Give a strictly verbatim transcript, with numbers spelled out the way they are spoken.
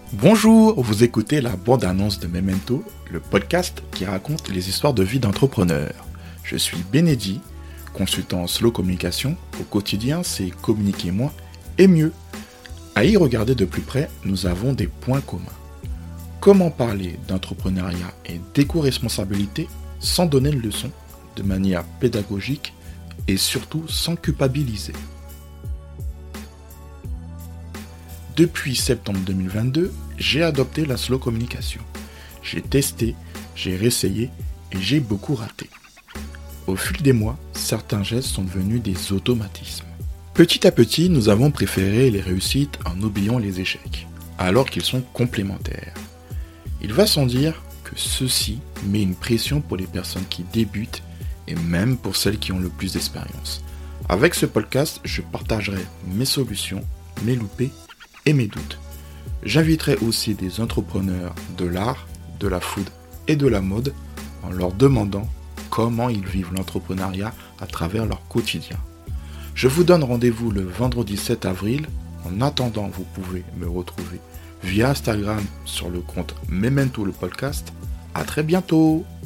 Bonjour, vous écoutez la bande-annonce de Memento, le podcast qui raconte les histoires de vie d'entrepreneurs. Je suis Benedi, consultant en slow communication. Au quotidien, c'est communiquer moins et mieux. À y regarder de plus près, nous avons des points communs. Comment parler d'entrepreneuriat et d'éco-responsabilité sans donner une leçon, de manière pédagogique et surtout sans culpabiliser. Depuis septembre deux mille vingt-deux, j'ai adopté la slow communication. J'ai testé, j'ai réessayé et j'ai beaucoup raté. Au fil des mois, certains gestes sont devenus des automatismes. Petit à petit, nous avons préféré les réussites en oubliant les échecs, alors qu'ils sont complémentaires. Il va sans dire que ceci met une pression pour les personnes qui débutent et même pour celles qui ont le plus d'expérience. Avec ce podcast, je partagerai mes solutions, mes loupés et mes doutes. J'inviterai aussi des entrepreneurs de l'art, de la food et de la mode en leur demandant comment ils vivent l'entrepreneuriat à travers leur quotidien. Je vous donne rendez-vous le vendredi sept avril. En attendant, vous pouvez me retrouver via Instagram sur le compte Memento le podcast. À très bientôt!